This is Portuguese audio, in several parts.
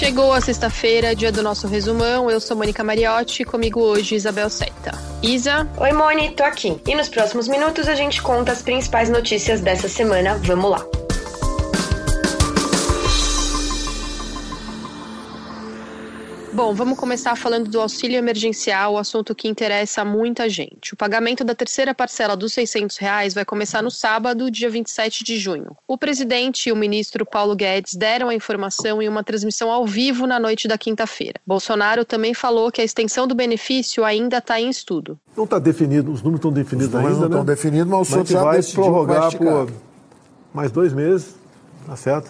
Chegou a sexta-feira, dia do nosso resumão. Eu sou Mônica Mariotti e comigo hoje Isabel Seta. Isa? Oi, Moni, tô aqui. E nos próximos minutos a gente conta as principais notícias dessa semana. Vamos lá. Bom, vamos começar falando do auxílio emergencial, o assunto que interessa muita gente. O pagamento da terceira parcela dos R$600 vai começar no sábado, dia 27 de junho. O presidente e o ministro Paulo Guedes deram a informação em uma transmissão ao vivo na noite da quinta-feira. Bolsonaro também falou que a extensão do benefício ainda está em estudo. Não está definido, os números estão definidos ainda, não estão definidos, mas o senhor já vai decidiu prorrogar por mais 2 meses, tá certo?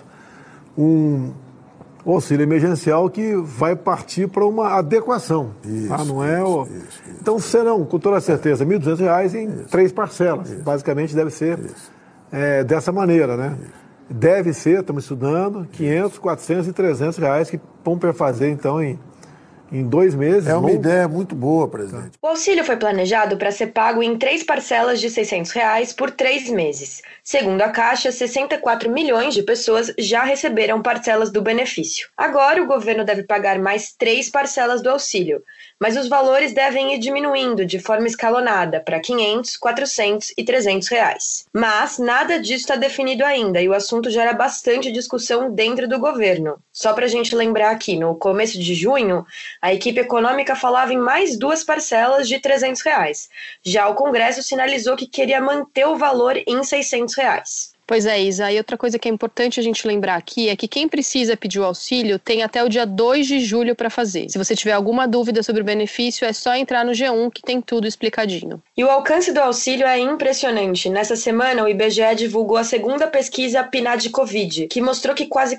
O auxílio emergencial que vai partir para uma adequação. Isso, não é o... Isso. Então, serão, com toda certeza, R$1.200 em 3 parcelas. Isso. Basicamente, deve ser dessa maneira, né? Isso. Deve ser, estamos estudando, R$500, R$400 e R$300 que vão fazer, então, em 2 meses. É uma ideia muito boa, presidente. O auxílio foi planejado para ser pago em 3 parcelas de R$600 por 3 meses. Segundo a Caixa, 64 milhões de pessoas já receberam parcelas do benefício. Agora, o governo deve pagar mais 3 parcelas do auxílio, mas os valores devem ir diminuindo de forma escalonada para R$500, R$400 e R$300. Mas nada disso está definido ainda e o assunto gera bastante discussão dentro do governo. Só para a gente lembrar aqui, no começo de junho, a equipe econômica falava em mais 2 parcelas de R$300. Já o Congresso sinalizou que queria manter o valor em R$600. Pois é, Isa. E outra coisa que é importante a gente lembrar aqui é que quem precisa pedir o auxílio tem até o dia 2 de julho para fazer. Se você tiver alguma dúvida sobre o benefício, é só entrar no G1 que tem tudo explicadinho. E o alcance do auxílio é impressionante. Nessa semana, o IBGE divulgou a segunda pesquisa PNAD Covid, que mostrou que quase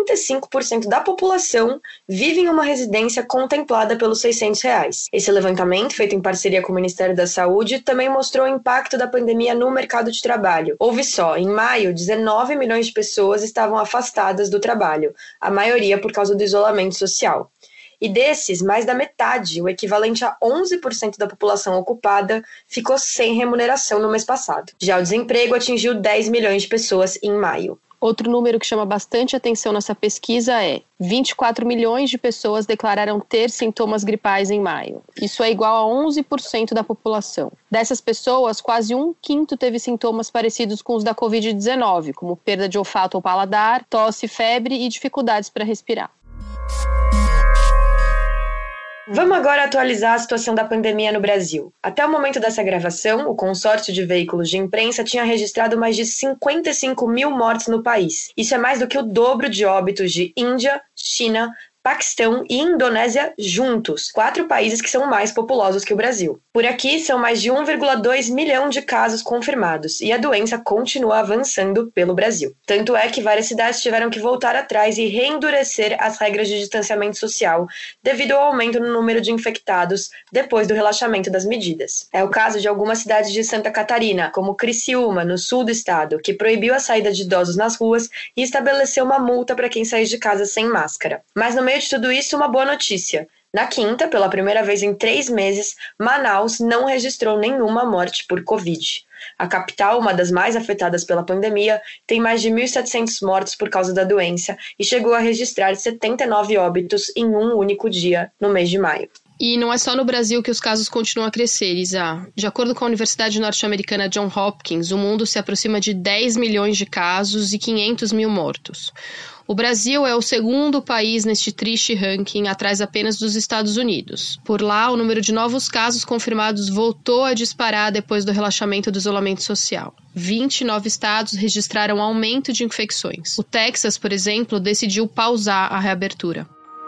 45% da população vive em uma residência contemplada pelos R$600. Esse levantamento, feito em parceria com o Ministério da Saúde, também mostrou o impacto da pandemia no mercado de trabalho. Houve só, em maio, 19 milhões de pessoas estavam afastadas do trabalho, a maioria por causa do isolamento social. E desses, mais da metade, o equivalente a 11% da população ocupada, ficou sem remuneração no mês passado. Já o desemprego atingiu 10 milhões de pessoas em maio. Outro número que chama bastante atenção nessa pesquisa é 24 milhões de pessoas declararam ter sintomas gripais em maio. Isso é igual a 11% da população. Dessas pessoas, quase 1/5 teve sintomas parecidos com os da Covid-19, como perda de olfato ou paladar, tosse, febre e dificuldades para respirar. Vamos agora atualizar a situação da pandemia no Brasil. Até o momento dessa gravação, o consórcio de veículos de imprensa tinha registrado mais de 55 mil mortes no país. Isso é mais do que o dobro de óbitos de Índia, China, Paquistão e Indonésia juntos, 4 países que são mais populosos que o Brasil. Por aqui, são mais de 1,2 milhão de casos confirmados e a doença continua avançando pelo Brasil. Tanto é que várias cidades tiveram que voltar atrás e reendurecer as regras de distanciamento social devido ao aumento no número de infectados depois do relaxamento das medidas. É o caso de algumas cidades de Santa Catarina, como Criciúma, no sul do estado, que proibiu a saída de idosos nas ruas e estabeleceu uma multa para quem sair de casa sem máscara. Mas no meio de tudo isso, uma boa notícia. Na quinta, pela primeira vez em 3 meses, Manaus não registrou nenhuma morte por Covid. A capital, uma das mais afetadas pela pandemia, tem mais de 1.700 mortos por causa da doença e chegou a registrar 79 óbitos em um único dia, no mês de maio. E não é só no Brasil que os casos continuam a crescer, Isa. De acordo com a Universidade Norte-Americana Johns Hopkins, o mundo se aproxima de 10 milhões de casos e 500 mil mortos. O Brasil é o segundo país neste triste ranking, atrás apenas dos Estados Unidos. Por lá, o número de novos casos confirmados voltou a disparar depois do relaxamento do isolamento social. 29 estados registraram aumento de infecções. O Texas, por exemplo, decidiu pausar a reabertura.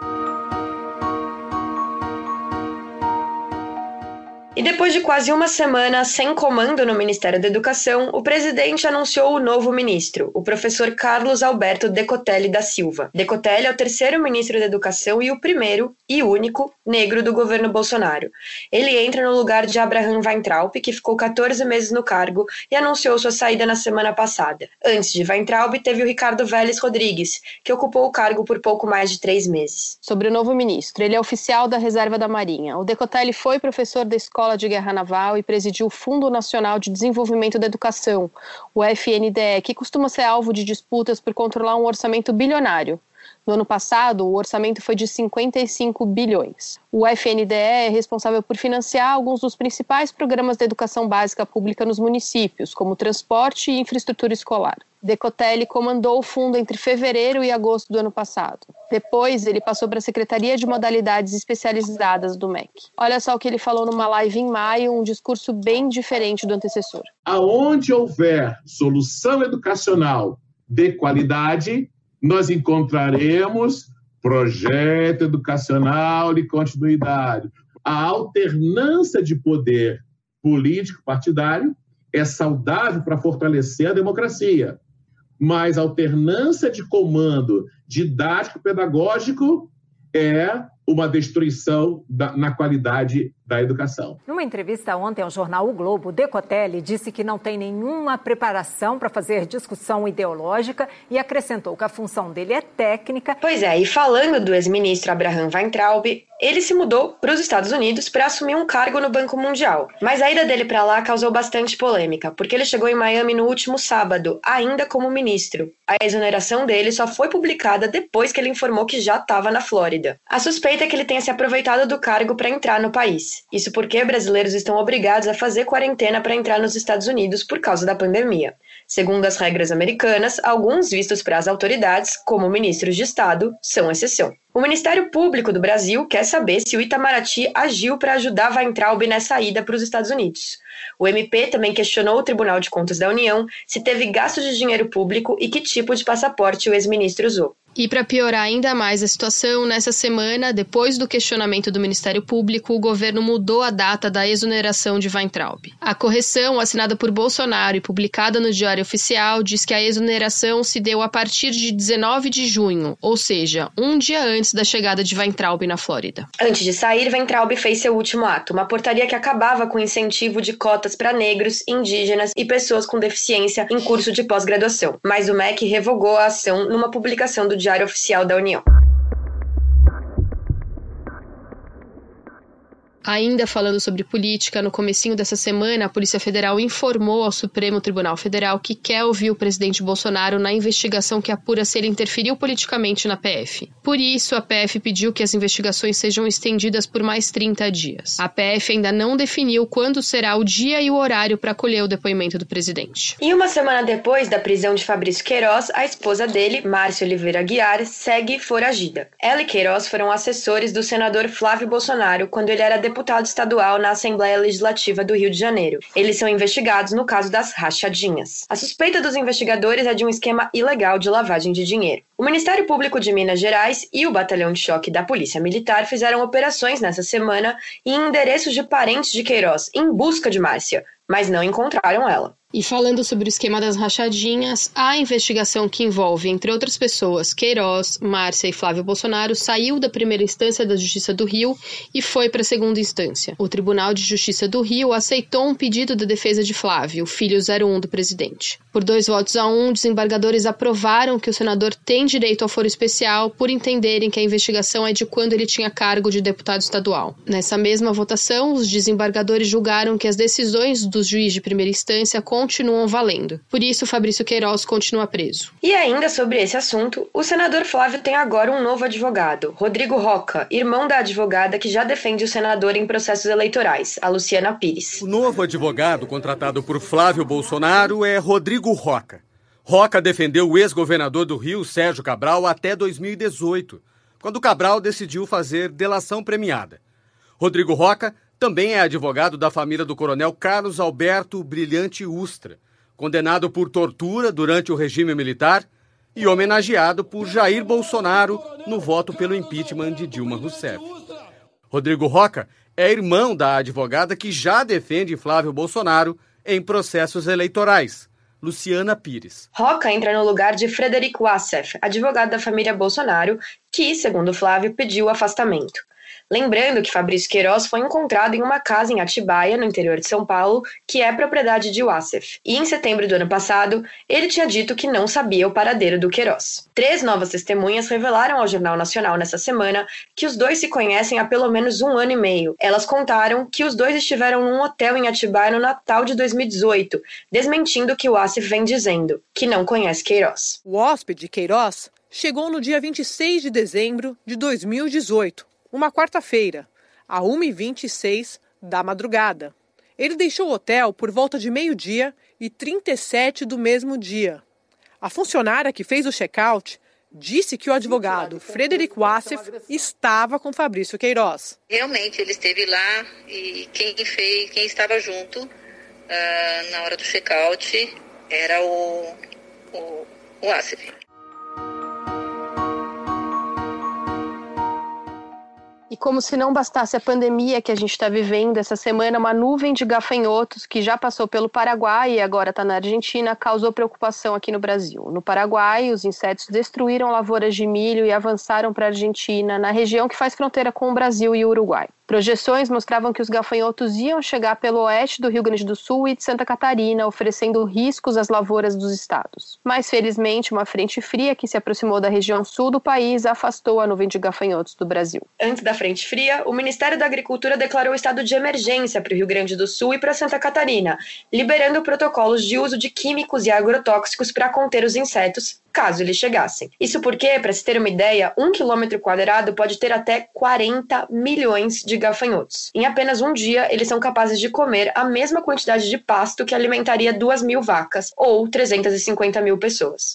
E depois de quase uma semana sem comando no Ministério da Educação, o presidente anunciou o novo ministro, o professor Carlos Alberto Decotelli da Silva. Decotelli é o 3º ministro da Educação e o primeiro e único negro do governo Bolsonaro. Ele entra no lugar de Abraham Weintraub, que ficou 14 meses no cargo e anunciou sua saída na semana passada. Antes de Weintraub, teve o Ricardo Vélez Rodrigues, que ocupou o cargo por pouco mais de 3 meses. Sobre o novo ministro, ele é oficial da Reserva da Marinha. O Decotelli foi professor da Escola de Guerra Naval e presidiu o Fundo Nacional de Desenvolvimento da Educação, o FNDE, que costuma ser alvo de disputas por controlar um orçamento bilionário. No ano passado, o orçamento foi de 55 bilhões. O FNDE é responsável por financiar alguns dos principais programas de educação básica pública nos municípios, como transporte e infraestrutura escolar. Decotelli comandou o fundo entre fevereiro e agosto do ano passado. Depois, ele passou para a Secretaria de Modalidades Especializadas do MEC. Olha só o que ele falou numa live em maio, um discurso bem diferente do antecessor. Aonde houver solução educacional de qualidade, nós encontraremos projeto educacional de continuidade. A alternância de poder político partidário é saudável para fortalecer a democracia, mas a alternância de comando didático-pedagógico é uma destruição na qualidade da educação. Numa entrevista ontem ao jornal O Globo, Decotelli disse que não tem nenhuma preparação para fazer discussão ideológica e acrescentou que a função dele é técnica. Pois é, e falando do ex-ministro Abraham Weintraub, ele se mudou para os Estados Unidos para assumir um cargo no Banco Mundial. Mas a ida dele para lá causou bastante polêmica, porque ele chegou em Miami no último sábado, ainda como ministro. A exoneração dele só foi publicada depois que ele informou que já estava na Flórida. A suspeita é que ele tenha se aproveitado do cargo para entrar no país. Isso porque brasileiros estão obrigados a fazer quarentena para entrar nos Estados Unidos por causa da pandemia. Segundo as regras americanas, alguns vistos para as autoridades, como ministros de Estado, são exceção. O Ministério Público do Brasil quer saber se o Itamaraty agiu para ajudar Weintraub nessa ida para os Estados Unidos. O MP também questionou o Tribunal de Contas da União se teve gasto de dinheiro público e que tipo de passaporte o ex-ministro usou. E para piorar ainda mais a situação, nessa semana, depois do questionamento do Ministério Público, o governo mudou a data da exoneração de Weintraub. A correção, assinada por Bolsonaro e publicada no Diário Oficial, diz que a exoneração se deu a partir de 19 de junho, ou seja, um dia antes da chegada de Weintraub na Flórida. Antes de sair, Weintraub fez seu último ato, uma portaria que acabava com o incentivo de cotas para negros, indígenas e pessoas com deficiência em curso de pós-graduação. Mas o MEC revogou a ação numa publicação do Diário Oficial da União. Ainda falando sobre política, no comecinho dessa semana, a Polícia Federal informou ao Supremo Tribunal Federal que quer ouvir o presidente Bolsonaro na investigação que apura se ele interferiu politicamente na PF. Por isso, a PF pediu que as investigações sejam estendidas por mais 30 dias. A PF ainda não definiu quando será o dia e o horário para acolher o depoimento do presidente. E uma semana depois da prisão de Fabrício Queiroz, a esposa dele, Márcia Oliveira Aguiar, segue foragida. Ela e Queiroz foram assessores do senador Flávio Bolsonaro quando ele era deputado estadual na Assembleia Legislativa do Rio de Janeiro. Eles são investigados no caso das rachadinhas. A suspeita dos investigadores é de um esquema ilegal de lavagem de dinheiro. O Ministério Público de Minas Gerais e o Batalhão de Choque da Polícia Militar fizeram operações nessa semana em endereços de parentes de Queiroz em busca de Márcia, mas não encontraram ela. E falando sobre o esquema das rachadinhas, a investigação que envolve, entre outras pessoas, Queiroz, Márcia e Flávio Bolsonaro saiu da primeira instância da Justiça do Rio e foi para a segunda instância. O Tribunal de Justiça do Rio aceitou um pedido da defesa de Flávio, o filho 01 do presidente. Por 2-1, desembargadores aprovaram que o senador tem direito ao foro especial por entenderem que a investigação é de quando ele tinha cargo de deputado estadual. Nessa mesma votação, os desembargadores julgaram que as decisões do juiz de primeira instância continuam valendo. Por isso, Fabrício Queiroz continua preso. E ainda sobre esse assunto, o senador Flávio tem agora um novo advogado, Rodrigo Rocha, irmão da advogada que já defende o senador em processos eleitorais, a Luciana Pires. O novo advogado contratado por Flávio Bolsonaro é Rodrigo Rocha. Rocha defendeu o ex-governador do Rio, Sérgio Cabral, até 2018, quando Cabral decidiu fazer delação premiada. Rodrigo Rocha também é advogado da família do coronel Carlos Alberto Brilhante Ustra, condenado por tortura durante o regime militar e homenageado por Jair Bolsonaro no voto pelo impeachment de Dilma Rousseff. Rodrigo Rocha é irmão da advogada que já defende Flávio Bolsonaro em processos eleitorais, Luciana Pires. Rocha entra no lugar de Frederico Wassef, advogado da família Bolsonaro, que, segundo Flávio, pediu afastamento. Lembrando que Fabrício Queiroz foi encontrado em uma casa em Atibaia, no interior de São Paulo, que é propriedade de Wassef. E em setembro do ano passado, ele tinha dito que não sabia o paradeiro do Queiroz. 3 novas testemunhas revelaram ao Jornal Nacional nessa semana que os dois se conhecem há pelo menos 1 ano e meio. Elas contaram que os dois estiveram num hotel em Atibaia no Natal de 2018, desmentindo o que Wassef vem dizendo, que não conhece Queiroz. O hóspede Queiroz chegou no dia 26 de dezembro de 2018, uma quarta-feira, às 1h26 da madrugada. Ele deixou o hotel por volta de 12h37 do mesmo dia. A funcionária que fez o check-out disse que o advogado Frederic Wassef estava com Fabrício Queiroz. Realmente, ele esteve lá e quem estava junto na hora do check-out era o Wassef. E como se não bastasse a pandemia que a gente está vivendo, essa semana uma nuvem de gafanhotos que já passou pelo Paraguai e agora está na Argentina causou preocupação aqui no Brasil. No Paraguai, os insetos destruíram lavouras de milho e avançaram para a Argentina, na região que faz fronteira com o Brasil e o Uruguai. Projeções mostravam que os gafanhotos iam chegar pelo oeste do Rio Grande do Sul e de Santa Catarina, oferecendo riscos às lavouras dos estados. Mas, felizmente, uma frente fria que se aproximou da região sul do país afastou a nuvem de gafanhotos do Brasil. Antes da frente fria, o Ministério da Agricultura declarou estado de emergência para o Rio Grande do Sul e para Santa Catarina, liberando protocolos de uso de químicos e agrotóxicos para conter os insetos, caso eles chegassem. Isso porque, para se ter uma ideia, 1 quilômetro quadrado pode ter até 40 milhões de gafanhotos. Em apenas um dia, eles são capazes de comer a mesma quantidade de pasto que alimentaria 2.000 vacas, ou 350 mil pessoas.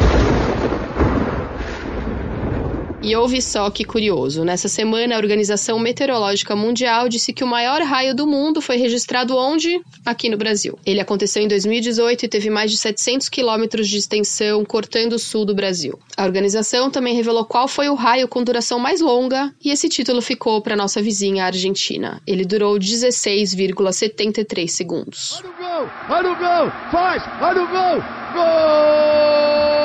E ouve só que curioso, nessa semana a Organização Meteorológica Mundial disse que o maior raio do mundo foi registrado onde? Aqui no Brasil. Ele aconteceu em 2018 e teve mais de 700 quilômetros de extensão, cortando o sul do Brasil. A organização também revelou qual foi o raio com duração mais longa e esse título ficou para nossa vizinha Argentina. Ele durou 16,73 segundos. Olha o gol! Olha o gol! Faz! Olha o gol! Gol!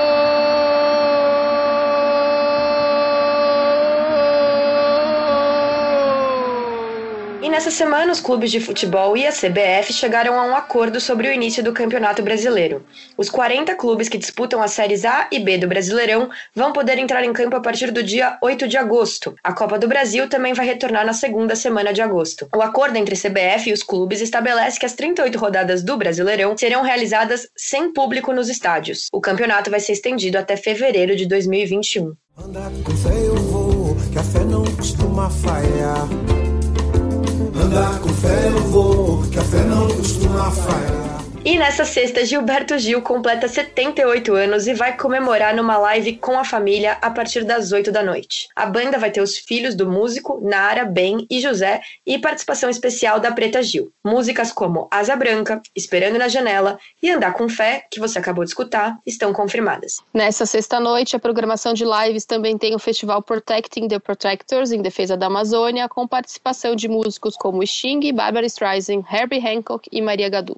E nessa semana, os clubes de futebol e a CBF chegaram a um acordo sobre o início do Campeonato Brasileiro. Os 40 clubes que disputam as séries A e B do Brasileirão vão poder entrar em campo a partir do dia 8 de agosto. A Copa do Brasil também vai retornar na segunda semana de agosto. O acordo entre a CBF e os clubes estabelece que as 38 rodadas do Brasileirão serão realizadas sem público nos estádios. O campeonato vai ser estendido até fevereiro de 2021. Anda com fé eu vou, que a fé não costuma falhar. Andar com fé eu vou, que a fé não costuma falhar. E nessa sexta, Gilberto Gil completa 78 anos e vai comemorar numa live com a família a partir das 8 da noite. A banda vai ter os filhos do músico, Nara, Ben e José, e participação especial da Preta Gil. Músicas como Asa Branca, Esperando na Janela e Andar com Fé, que você acabou de escutar, estão confirmadas. Nessa sexta-noite, a programação de lives também tem o festival Protecting the Protectors, em defesa da Amazônia, com participação de músicos como Sting, Barbra Streisand, Herbie Hancock e Maria Gadu.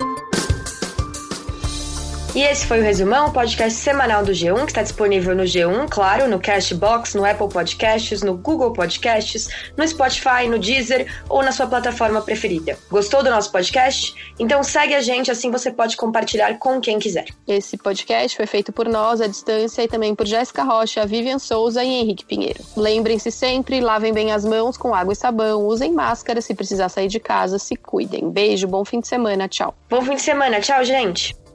E esse foi o Resumão, o podcast semanal do G1, que está disponível no G1, claro, no Castbox, no Apple Podcasts, no Google Podcasts, no Spotify, no Deezer ou na sua plataforma preferida. Gostou do nosso podcast? Então segue a gente, assim você pode compartilhar com quem quiser. Esse podcast foi feito por nós, à distância, e também por Jéssica Rocha, Vivian Souza e Henrique Pinheiro. Lembrem-se sempre, lavem bem as mãos com água e sabão, usem máscara, se precisar sair de casa, se cuidem. Beijo, bom fim de semana, tchau. Bom fim de semana, tchau, gente!